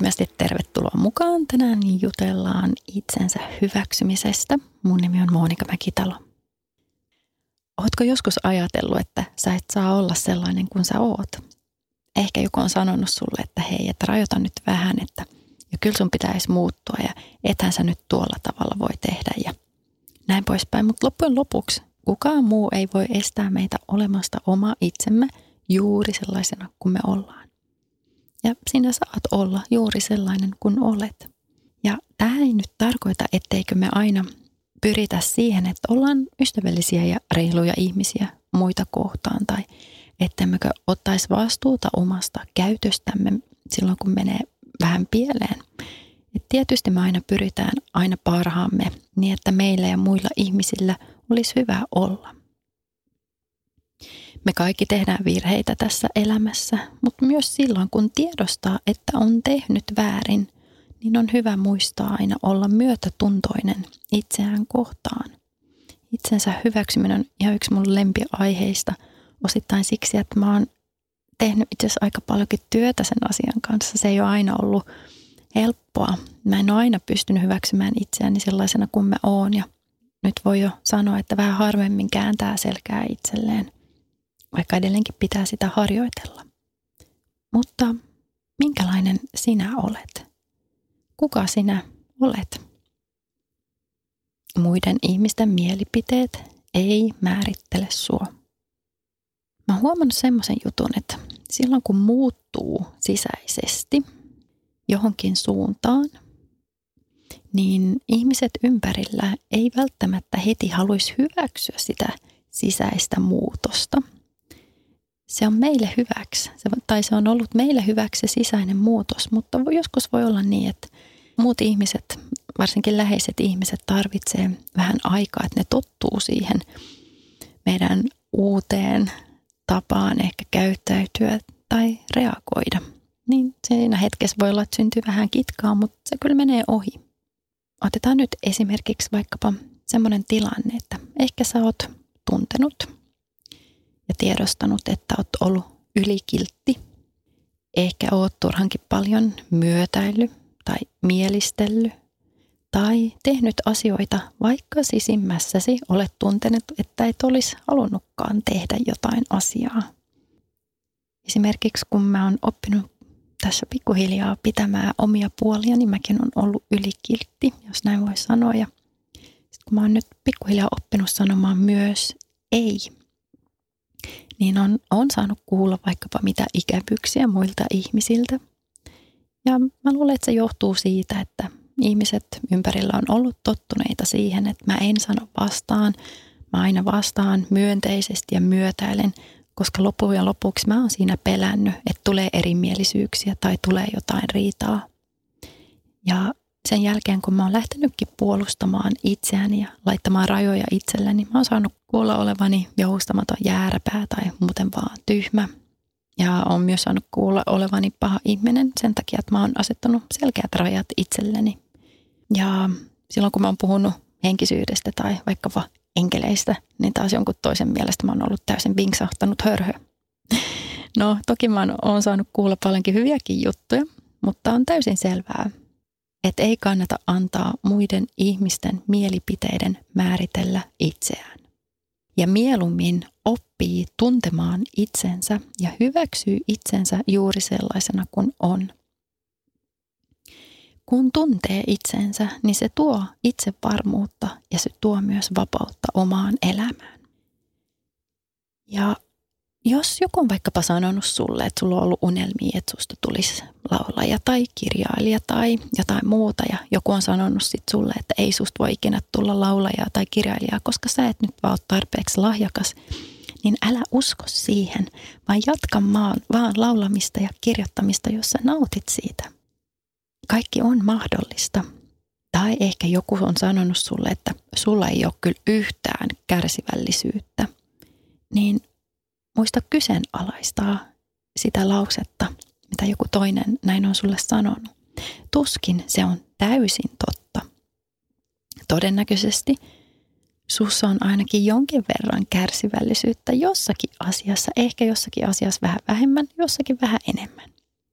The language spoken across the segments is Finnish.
lämpimästi tervetuloa mukaan. Tänään jutellaan itsensä hyväksymisestä. Mun nimi on Monika Mäkitalo. Ootko joskus ajatellut, että sä et saa olla sellainen kuin sä oot? Ehkä joku on sanonut sulle, että hei, että rajoita nyt vähän, että ja kyllä sun pitäisi muuttua ja ethän sä nyt tuolla tavalla voi tehdä ja näin poispäin. Mutta loppujen lopuksi kukaan muu ei voi estää meitä olemasta oma itsemme juuri sellaisena kuin me ollaan. Ja sinä saat olla juuri sellainen kuin olet. Ja tämä ei nyt tarkoita, etteikö me aina pyritä siihen, että ollaan ystävällisiä ja reiluja ihmisiä muita kohtaan. Tai ettemmekö ottaisi vastuuta omasta käytöstämme silloin, kun menee vähän pieleen. Et tietysti me aina pyritään aina parhaamme niin, että meillä ja muilla ihmisillä olisi hyvä olla. Me kaikki tehdään virheitä tässä elämässä, mutta myös silloin, kun tiedostaa, että on tehnyt väärin, niin on hyvä muistaa aina olla myötätuntoinen itseään kohtaan. Itsensä hyväksyminen on ihan yksi mun lempiaiheista, osittain siksi, että mä oon tehnyt itse asiassa aika paljonkin työtä sen asian kanssa. Se ei ole aina ollut helppoa. Mä en ole aina pystynyt hyväksymään itseäni sellaisena kuin mä oon ja nyt voi jo sanoa, että vähän harvemmin kääntää selkää itselleen. Vaikka edelleenkin pitää sitä harjoitella. Mutta minkälainen sinä olet? Kuka sinä olet? Muiden ihmisten mielipiteet ei määrittele sua. Mä oon huomannut semmoisen jutun, että silloin kun muuttuu sisäisesti johonkin suuntaan, niin ihmiset ympärillä ei välttämättä heti haluaisi hyväksyä sitä sisäistä muutosta. Se on meille hyväksi, se on ollut meille hyväksi se sisäinen muutos, mutta joskus voi olla niin, että muut ihmiset, varsinkin läheiset ihmiset tarvitsee vähän aikaa, että ne tottuu siihen meidän uuteen tapaan ehkä käyttäytyä tai reagoida. Niin siinä hetkessä voi olla, että syntyy vähän kitkaa, mutta se kyllä menee ohi. Otetaan nyt esimerkiksi vaikkapa semmoinen tilanne, että ehkä sä oot tuntenut ja tiedostanut, että oot ollut ylikiltti. Ehkä oot turhankin paljon myötäillyt tai mielistellyt tai tehnyt asioita, vaikka sisimmässäsi olet tuntenut, että et olisi halunnutkaan tehdä jotain asiaa. Esimerkiksi kun mä oon oppinut tässä pikkuhiljaa pitämään omia puolia, niin mäkin on ollut ylikiltti, jos näin voi sanoa. Ja sit kun mä oon nyt pikkuhiljaa oppinut sanomaan myös ei, niin on saanut kuulla vaikkapa mitä ikävyyksiä muilta ihmisiltä. Ja mä luulen, että se johtuu siitä, että ihmiset ympärillä on ollut tottuneita siihen, että mä en sano vastaan. Mä aina vastaan myönteisesti ja myötäilen, koska loppujen lopuksi mä oon siinä pelännyt, että tulee erimielisyyksiä tai tulee jotain riitaa. Ja sen jälkeen, kun mä oon lähtenytkin puolustamaan itseäni ja laittamaan rajoja itselleni, mä oon saanut kuulla olevani joustamaton jääräpää tai muuten vaan tyhmä. Ja oon myös saanut kuulla olevani paha ihminen sen takia, että mä oon asettanut selkeät rajat itselleni. Ja silloin, kun mä oon puhunut henkisyydestä tai vaikkapa enkeleistä, niin taas jonkun toisen mielestä mä oon ollut täysin vinksahtanut hörhö. No, toki mä oon saanut kuulla paljonkin hyviäkin juttuja, mutta on täysin selvää, että ei kannata antaa muiden ihmisten mielipiteiden määritellä itseään. Ja mieluummin oppii tuntemaan itsensä ja hyväksyy itsensä juuri sellaisena kuin on. Kun tuntee itsensä, niin se tuo itsevarmuutta ja se tuo myös vapautta omaan elämään. Ja jos joku on vaikkapa sanonut sulle, että sulla on ollut unelmia, että susta tulisi laulaja tai kirjailija tai jotain muuta, ja joku on sanonut sit sulle, että ei susta voi ikinä tulla laulajaa tai kirjailijaa, koska sä et nyt vaan ole tarpeeksi lahjakas, niin älä usko siihen, vaan jatka vaan laulamista ja kirjoittamista, jos sä nautit siitä. Kaikki on mahdollista. Tai ehkä joku on sanonut sulle, että sulla ei ole kyllä yhtään kärsivällisyyttä, niin muista kyseenalaistaa sitä lausetta, mitä joku toinen näin on sulle sanonut. Tuskin se on täysin totta. Todennäköisesti sussa on ainakin jonkin verran kärsivällisyyttä jossakin asiassa, ehkä jossakin asiassa vähän vähemmän, jossakin vähän enemmän.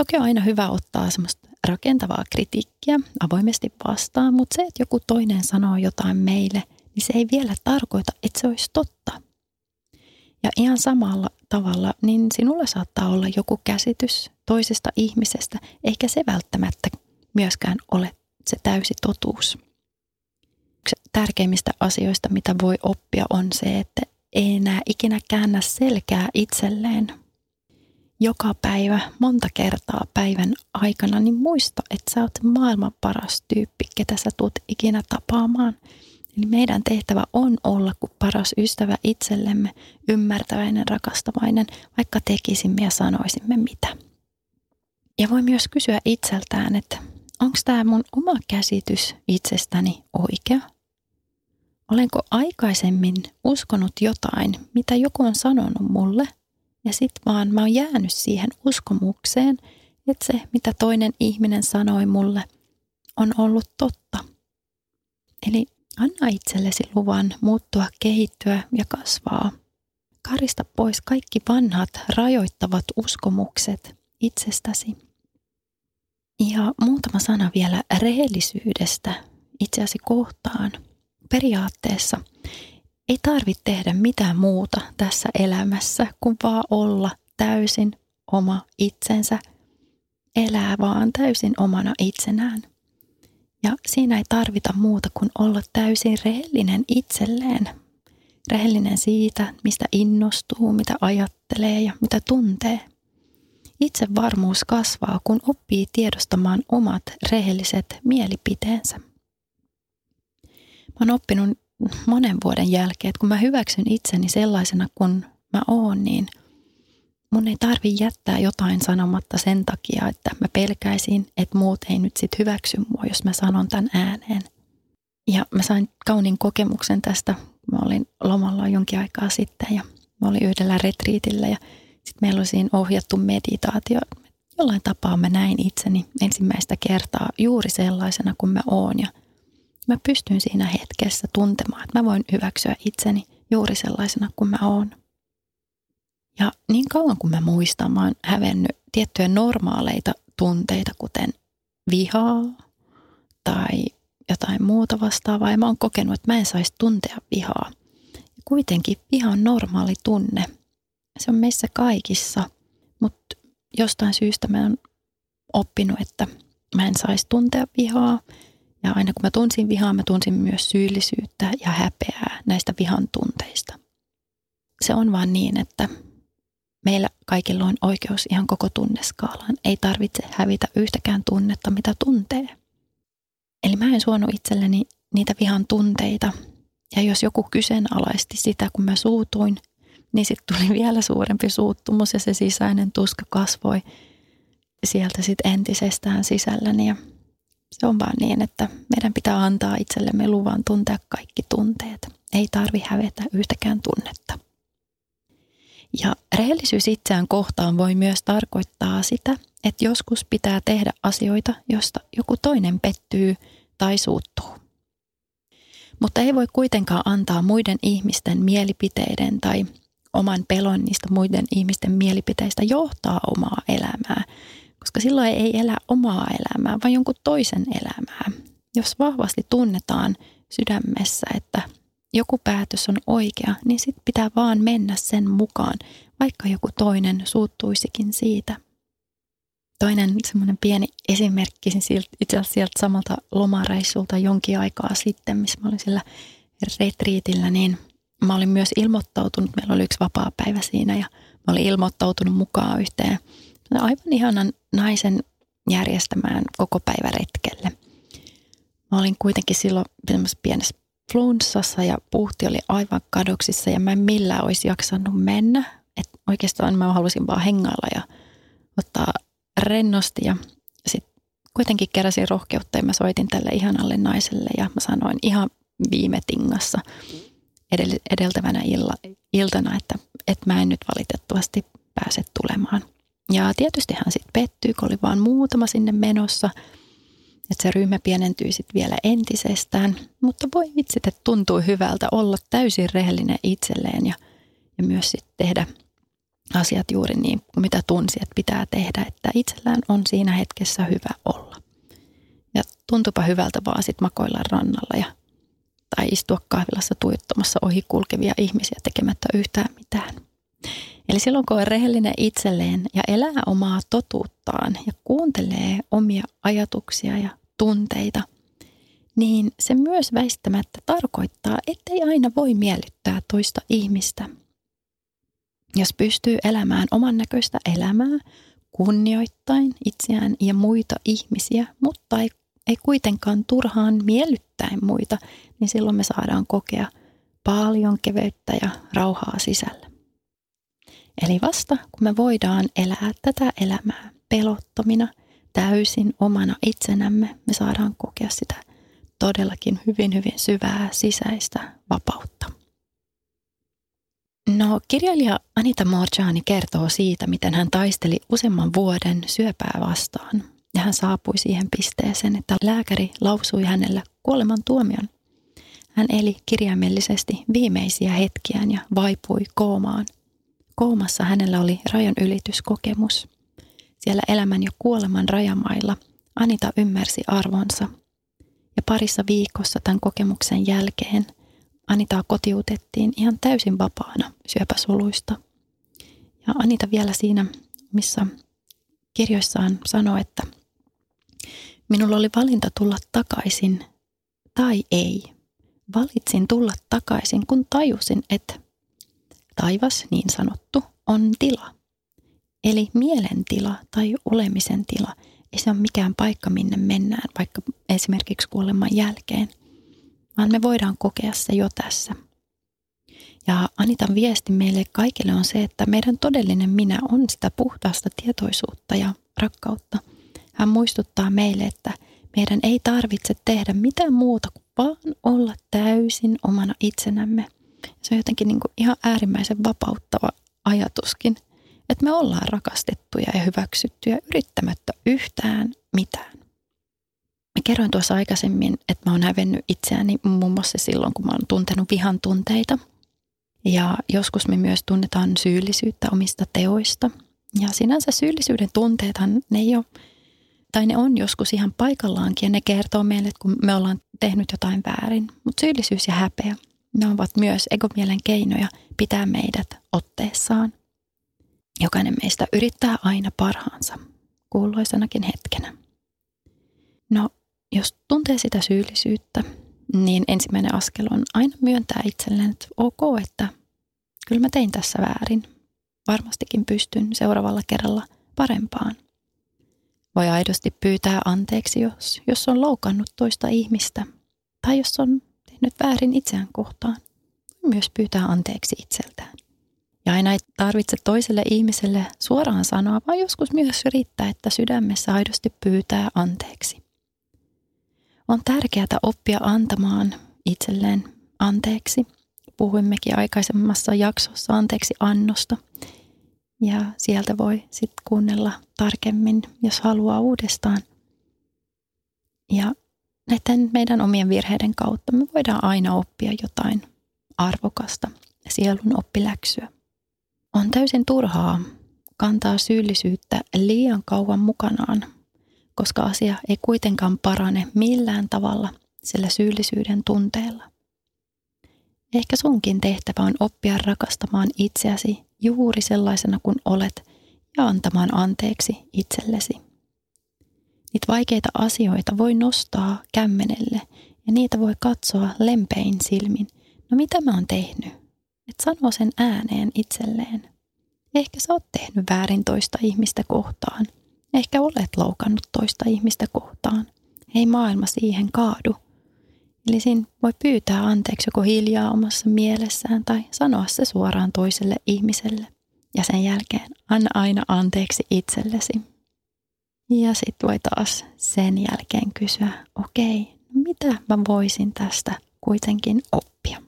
Toki on aina hyvä ottaa semmoista rakentavaa kritiikkiä avoimesti vastaan, mutta se, että joku toinen sanoo jotain meille, niin se ei vielä tarkoita, että se olisi totta. Ja ihan samalla tavalla, niin sinulla saattaa olla joku käsitys toisesta ihmisestä, eikä se välttämättä myöskään ole se täysi totuus. Yksi tärkeimmistä asioista, mitä voi oppia, on se, että ei enää ikinä käännä selkää itselleen. Joka päivä, monta kertaa päivän aikana, niin muista, että sä oot maailman paras tyyppi, ketä sä tulet ikinä tapaamaan. Eli meidän tehtävä on olla kuin paras ystävä itsellemme, ymmärtäväinen, rakastavainen, vaikka tekisimme ja sanoisimme mitä. Ja voi myös kysyä itseltään, että onko tämä mun oma käsitys itsestäni oikea? Olenko aikaisemmin uskonut jotain, mitä joku on sanonut mulle, ja sitten vaan mä oon jäänyt siihen uskomukseen, että se, mitä toinen ihminen sanoi mulle, on ollut totta. Eli anna itsellesi luvan muuttua, kehittyä ja kasvaa. Karista pois kaikki vanhat, rajoittavat uskomukset itsestäsi. Ja muutama sana vielä rehellisyydestä itseäsi kohtaan. Periaatteessa ei tarvitse tehdä mitään muuta tässä elämässä, kuin vaan olla täysin oma itsensä, elää vaan täysin omana itsenään. Ja siinä ei tarvita muuta kuin olla täysin rehellinen itselleen. Rehellinen siitä, mistä innostuu, mitä ajattelee ja mitä tuntee. Itsevarmuus kasvaa, kun oppii tiedostamaan omat rehelliset mielipiteensä. Mä oon oppinut monen vuoden jälkeen, että kun mä hyväksyn itseni sellaisena kuin mä oon, niin mun ei tarvi jättää jotain sanomatta sen takia, että mä pelkäisin, että muut ei nyt sit hyväksy mua, jos mä sanon tämän ääneen. Ja mä sain kauniin kokemuksen tästä. Mä olin lomalla jonkin aikaa sitten ja mä olin yhdellä retriitillä ja sitten meillä oli siinä ohjattu meditaatio. Jollain tapaa mä näin itseni ensimmäistä kertaa juuri sellaisena kuin mä oon ja mä pystyn siinä hetkessä tuntemaan, että mä voin hyväksyä itseni juuri sellaisena kuin mä oon. Ja niin kauan kuin mä muistan, mä oon hävennyt tiettyjä normaaleita tunteita, kuten vihaa tai jotain muuta vastaavaa. Ja mä oon kokenut, että mä en saisi tuntea vihaa. Ja kuitenkin viha on normaali tunne. Se on meissä kaikissa, mutta jostain syystä mä oon oppinut, että mä en saisi tuntea vihaa. Ja aina kun mä tunsin vihaa, mä tunsin myös syyllisyyttä ja häpeää näistä vihan tunteista. Se on vaan niin, että meillä kaikilla on oikeus ihan koko tunneskaalaan. Ei tarvitse hävitä yhtäkään tunnetta, mitä tuntee. Eli mä en suonut itselleni niitä vihan tunteita. Ja jos joku kyseenalaisti sitä, kun mä suutuin, niin sitten tuli vielä suurempi suuttumus ja se sisäinen tuska kasvoi sieltä sitten entisestään sisälläni. Ja se on vaan niin, että meidän pitää antaa itsellemme luvan tuntea kaikki tunteet. Ei tarvi hävetä yhtäkään tunnetta. Ja rehellisyys itseään kohtaan voi myös tarkoittaa sitä, että joskus pitää tehdä asioita, josta joku toinen pettyy tai suuttuu. Mutta ei voi kuitenkaan antaa muiden ihmisten mielipiteiden tai oman pelon niistä muiden ihmisten mielipiteistä johtaa omaa elämää, koska silloin ei elä omaa elämää, vaan jonkun toisen elämää. Jos vahvasti tunnetaan sydämessä, että joku päätös on oikea, niin sitten pitää vaan mennä sen mukaan, vaikka joku toinen suuttuisikin siitä. Toinen semmoinen pieni esimerkki itse asiassa sieltä samalta lomareissulta jonkin aikaa sitten, missä mä olin siellä retriitillä, niin mä olin myös ilmoittautunut, meillä oli yksi vapaapäivä siinä ja mä olin ilmoittautunut mukaan yhteen aivan ihanan naisen järjestämään koko päivä retkelle. Mä olin kuitenkin silloin pienessä flunssassa ja puhti oli aivan kadoksissa ja mä en millään olisi jaksanut mennä. Et oikeastaan mä halusin vaan hengailla ja ottaa rennosti ja sitten kuitenkin keräsin rohkeutta ja mä soitin tälle ihanalle naiselle ja mä sanoin ihan viime tingassa edeltävänä iltana, että mä en nyt valitettavasti pääse tulemaan. Ja tietysti hän sitten pettyi, kun oli vaan muutama sinne menossa, että se ryhmä pienentyi sitten vielä entisestään. Mutta voi vitsit, että tuntuu hyvältä olla täysin rehellinen itselleen ja myös sitten tehdä asiat juuri niin kuin mitä tunsi, että pitää tehdä, että itsellään on siinä hetkessä hyvä olla. Ja tuntupa hyvältä vaan sit makoilla rannalla tai istua kahvilassa tuijottamassa ohi kulkevia ihmisiä tekemättä yhtään mitään. Eli silloin kun on rehellinen itselleen ja elää omaa totuuttaan ja kuuntelee omia ajatuksia ja tunteita, niin se myös väistämättä tarkoittaa, ettei aina voi miellyttää toista ihmistä. Jos pystyy elämään oman näköistä elämää, kunnioittain itseään ja muita ihmisiä, mutta ei kuitenkaan turhaan miellyttäen muita, niin silloin me saadaan kokea paljon keveyttä ja rauhaa sisällä. Eli vasta kun me voidaan elää tätä elämää pelottomina, täysin omana itsenämme, me saadaan kokea sitä todellakin hyvin, hyvin syvää sisäistä vapautta. No, kirjailija Anita Moorjani kertoo siitä, miten hän taisteli useamman vuoden syöpää vastaan. Ja hän saapui siihen pisteeseen, että lääkäri lausui hänelle kuolemantuomion. Hän eli kirjaimellisesti viimeisiä hetkiään ja vaipui koomaan. Koomassa hänellä oli rajan ylityskokemus. Siellä elämän ja kuoleman rajamailla Anita ymmärsi arvonsa. Ja parissa viikossa tämän kokemuksen jälkeen Anitaa kotiutettiin ihan täysin vapaana syöpäsoluista. Ja Anita vielä siinä, missä kirjoissaan sanoi, että minulla oli valinta tulla takaisin tai ei. Valitsin tulla takaisin, kun tajusin, että taivas, niin sanottu, on tila. Eli mielen tila tai olemisen tila. Ei se ole mikään paikka, minne mennään, vaikka esimerkiksi kuoleman jälkeen, vaan me voidaan kokea se jo tässä. Ja Anitan viesti meille kaikille on se, että meidän todellinen minä on sitä puhtaasta tietoisuutta ja rakkautta. Hän muistuttaa meille, että meidän ei tarvitse tehdä mitään muuta kuin vaan olla täysin omana itsenämme. Se on jotenkin niin kuin ihan äärimmäisen vapauttava ajatuskin, että me ollaan rakastettuja ja hyväksyttyjä yrittämättä yhtään mitään. Mä kerroin tuossa aikaisemmin, että mä oon hävennyt itseäni muun muassa silloin, kun mä oon tuntenut vihan tunteita. Ja joskus me myös tunnetaan syyllisyyttä omista teoista. Ja sinänsä syyllisyyden tunteethan ne on joskus ihan paikallaankin ja ne kertoo meille, että kun me ollaan tehnyt jotain väärin. Mutta syyllisyys ja häpeä, ne ovat myös egomielen keinoja pitää meidät otteessaan. Jokainen meistä yrittää aina parhaansa, kuuluisenakin hetkenä. No, jos tuntee sitä syyllisyyttä, niin ensimmäinen askel on aina myöntää itselleen, että ok, että kyllä mä tein tässä väärin. Varmastikin pystyn seuraavalla kerralla parempaan. Voi aidosti pyytää anteeksi, jos on loukannut toista ihmistä tai jos on tehnyt väärin itseään kohtaan. Myös pyytää anteeksi itseltään. Ja aina ei tarvitse toiselle ihmiselle suoraan sanoa, vaan joskus myös riittää, että sydämessä aidosti pyytää anteeksi. On tärkeää oppia antamaan itselleen anteeksi. Puhuimmekin aikaisemmassa jaksossa anteeksi annosta. Ja sieltä voi sitten kuunnella tarkemmin, jos haluaa uudestaan. Ja näiden meidän omien virheiden kautta me voidaan aina oppia jotain arvokasta sielun oppiläksyä. On täysin turhaa kantaa syyllisyyttä liian kauan mukanaan, koska asia ei kuitenkaan parane millään tavalla sillä syyllisyyden tunteella. Ehkä sunkin tehtävä on oppia rakastamaan itseäsi juuri sellaisena kuin olet ja antamaan anteeksi itsellesi. Niitä vaikeita asioita voi nostaa kämmenelle ja niitä voi katsoa lempein silmin. No mitä mä oon tehnyt? Et sanoo sen ääneen itselleen. Ehkä sä oot tehnyt väärin toista ihmistä kohtaan. Ehkä olet loukannut toista ihmistä kohtaan. Ei maailma siihen kaadu. Eli siinä voi pyytää anteeksi joko hiljaa omassa mielessään tai sanoa se suoraan toiselle ihmiselle. Ja sen jälkeen anna aina anteeksi itsellesi. Ja sitten voi taas sen jälkeen kysyä, okei, mitä mä voisin tästä kuitenkin oppia?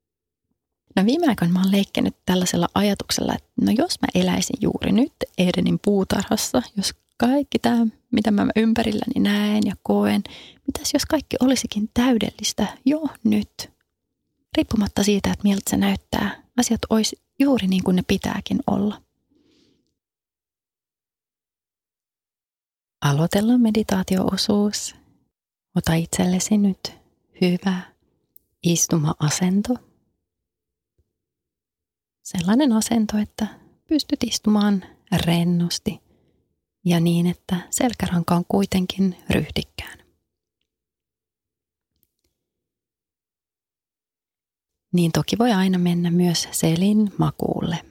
No viime aikoina mä oon leikkinyt tällaisella ajatuksella, että no jos mä eläisin juuri nyt Edenin puutarhassa, jos kaikki tämä, mitä mä ympärilläni näen ja koen, mitäs jos kaikki olisikin täydellistä jo nyt? Riippumatta siitä, että miltä se näyttää, asiat olisi juuri niin kuin ne pitääkin olla. aloitellaan meditaatio-osuus. Ota itsellesi nyt hyvä istuma-asento. Sellainen asento, että pystyt istumaan rennosti ja niin, että selkäranka on kuitenkin ryhdikkään. Niin toki voi aina mennä myös selin makuulle.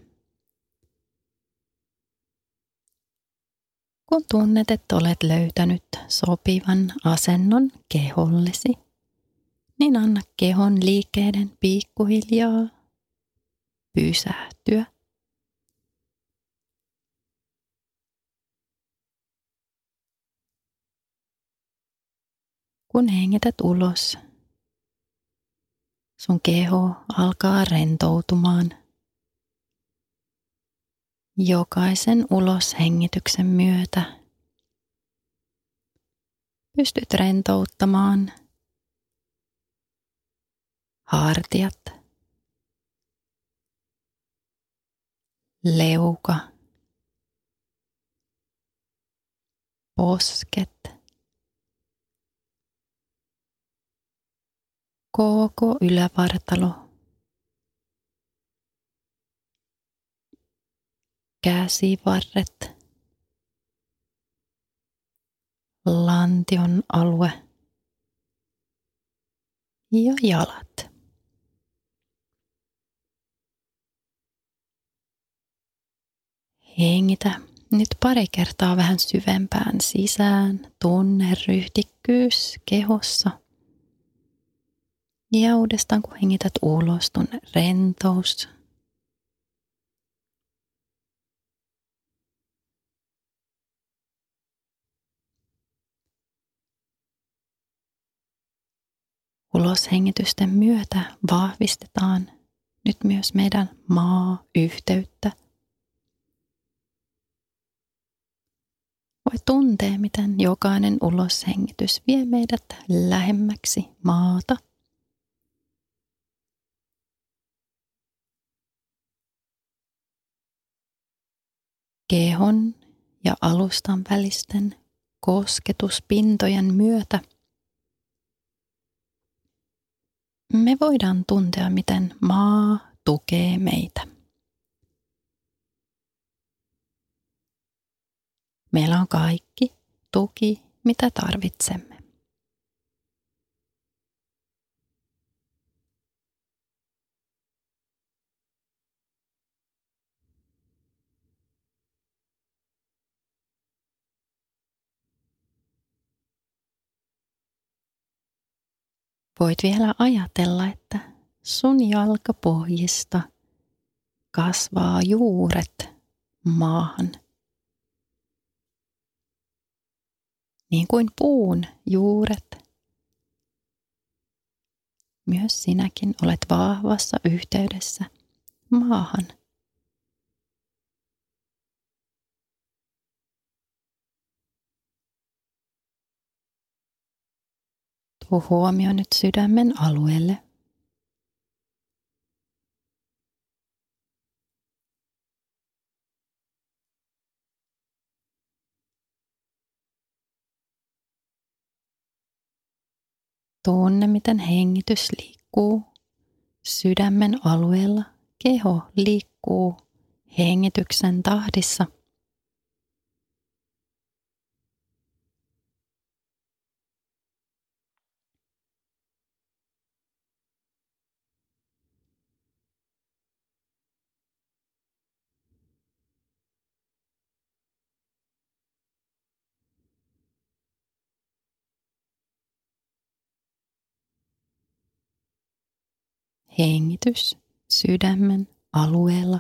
Kun tunnet, että olet löytänyt sopivan asennon kehollesi, niin anna kehon liikkeiden pikkuhiljaa pysähtyä. Kun hengität ulos, sun keho alkaa rentoutumaan. Jokaisen uloshengityksen myötä pystyt rentouttamaan hartiat, leuka, posket, koko ylävartalo, käsivarret, lantion alue ja jalat. Hengitä nyt pari kertaa vähän syvempään sisään, tunne ryhdikkyys kehossa. Ja uudestaan kun hengität ulos, tunne rentous. Uloshengitysten myötä vahvistetaan nyt myös meidän maa-yhteyttä. Voi tuntea, miten jokainen uloshengitys vie meidät lähemmäksi maata. Kehon ja alustan välisten kosketuspintojen myötä me voidaan tuntea, miten maa tukee meitä. Meillä on kaikki tuki, mitä tarvitsemme. Voit vielä ajatella, että sun jalkapohjista kasvaa juuret maahan. Niin kuin puun juuret. Myös sinäkin olet vahvassa yhteydessä maahan. Tuo huomio nyt sydämen alueelle. Tunne, miten hengitys liikkuu sydämen alueella. Keho liikkuu hengityksen tahdissa. Hengitys sydämen alueella.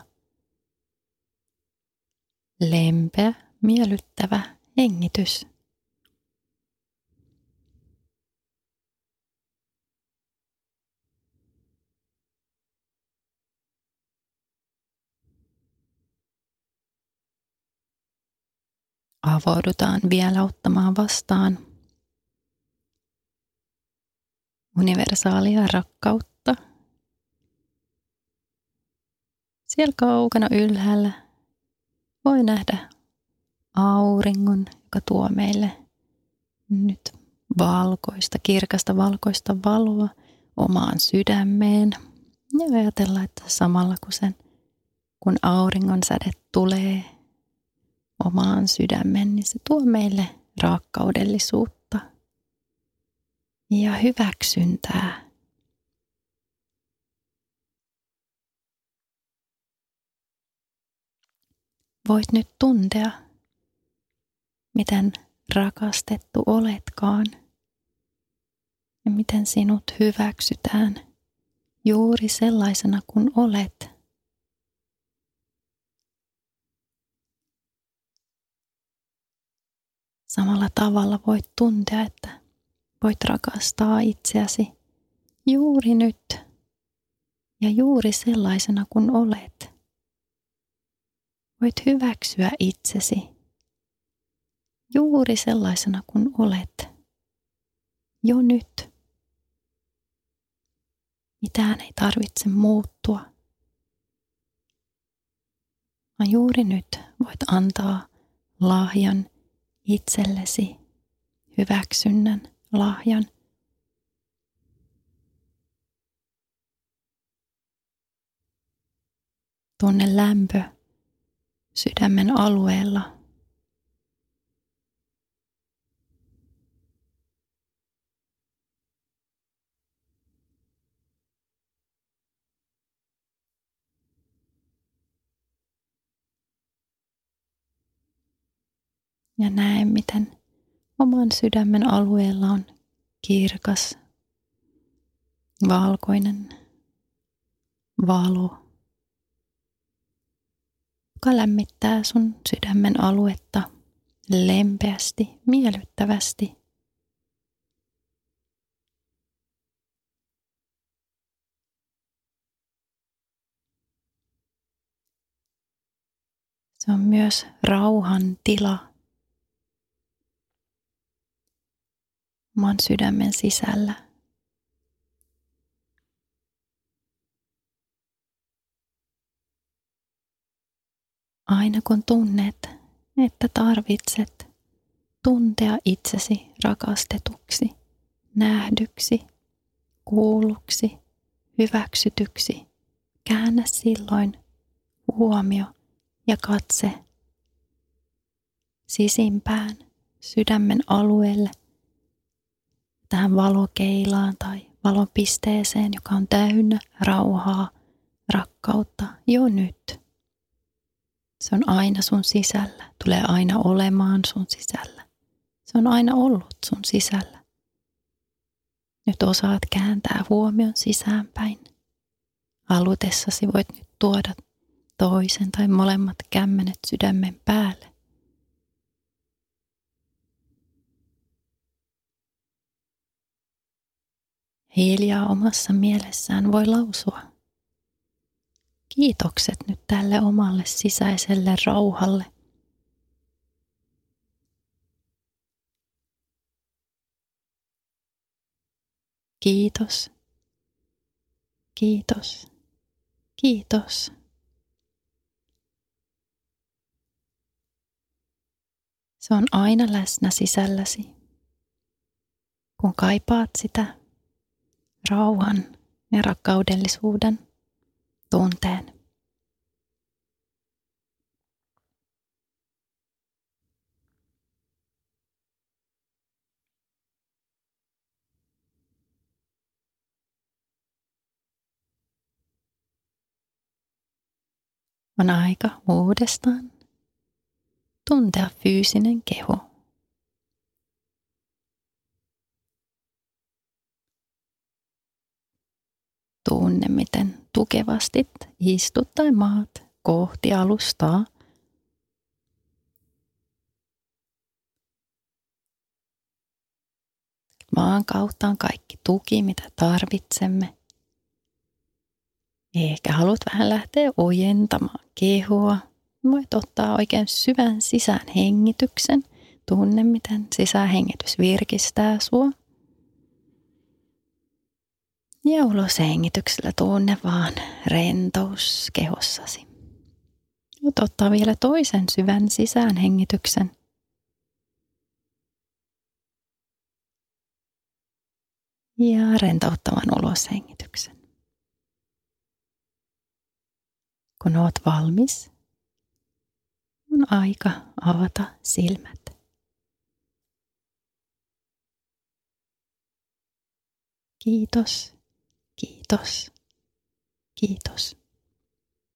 Lempeä, miellyttävä hengitys. Avaudutaan vielä ottamaan vastaan universaalia rakkautta. Siellä kaukana ylhäällä voi nähdä auringon, joka tuo meille nyt valkoista, kirkasta valkoista valoa omaan sydämeen. Ja ajatellaan, että samalla kun auringon säde tulee omaan sydämeen, niin se tuo meille rakkaudellisuutta ja hyväksyntää. Voit nyt tuntea, miten rakastettu oletkaan ja miten sinut hyväksytään juuri sellaisena kuin olet. Samalla tavalla voit tuntea, että voit rakastaa itseäsi juuri nyt ja juuri sellaisena kuin olet. Voit hyväksyä itsesi juuri sellaisena kuin olet jo nyt. Mitään ei tarvitse muuttua, vaan juuri nyt voit antaa lahjan itsellesi, hyväksynnän lahjan. Tunne lämpö sydämen alueella. Ja näe, miten oman sydämen alueella on kirkas, valkoinen valo, joka lämmittää sun sydämen aluetta lempeästi, miellyttävästi. Se on myös rauhan tila oman sydämen sisällä. Aina kun tunnet, että tarvitset tuntea itsesi rakastetuksi, nähdyksi, kuulluksi, hyväksytyksi, käännä silloin huomio ja katse sisimpään sydämen alueelle, tähän valokeilaan tai valopisteeseen, joka on täynnä rauhaa, rakkautta jo nyt. Se on aina sun sisällä, tulee aina olemaan sun sisällä. Se on aina ollut sun sisällä. Nyt osaat kääntää huomion sisäänpäin. Halutessasi voit nyt tuoda toisen tai molemmat kämmenet sydämen päälle. Hiljaa omassa mielessään voi lausua kiitokset nyt tälle omalle sisäiselle rauhalle. Kiitos, kiitos, kiitos. Se on aina läsnä sisälläsi, kun kaipaat sitä rauhan ja rakkaudellisuuden tunteen. On aika uudestaan tuntea fyysinen keho. Tunne, miten tukevasti istut tai maat kohti alustaa. Maan kautta on kaikki tuki, mitä tarvitsemme. Ehkä haluat vähän lähteä ojentamaan kehoa. Voit ottaa oikein syvän sisään hengityksen. Tunne, miten sisähengitys virkistää sua. Ja ulos hengityksellä tunne vaan rentous kehossasi. Voit ottaa vielä toisen syvän sisäänhengityksen. Ja rentouttavan uloshengityksen. Kun oot valmis, on aika avata silmät. Kiitos, kiitos, kiitos.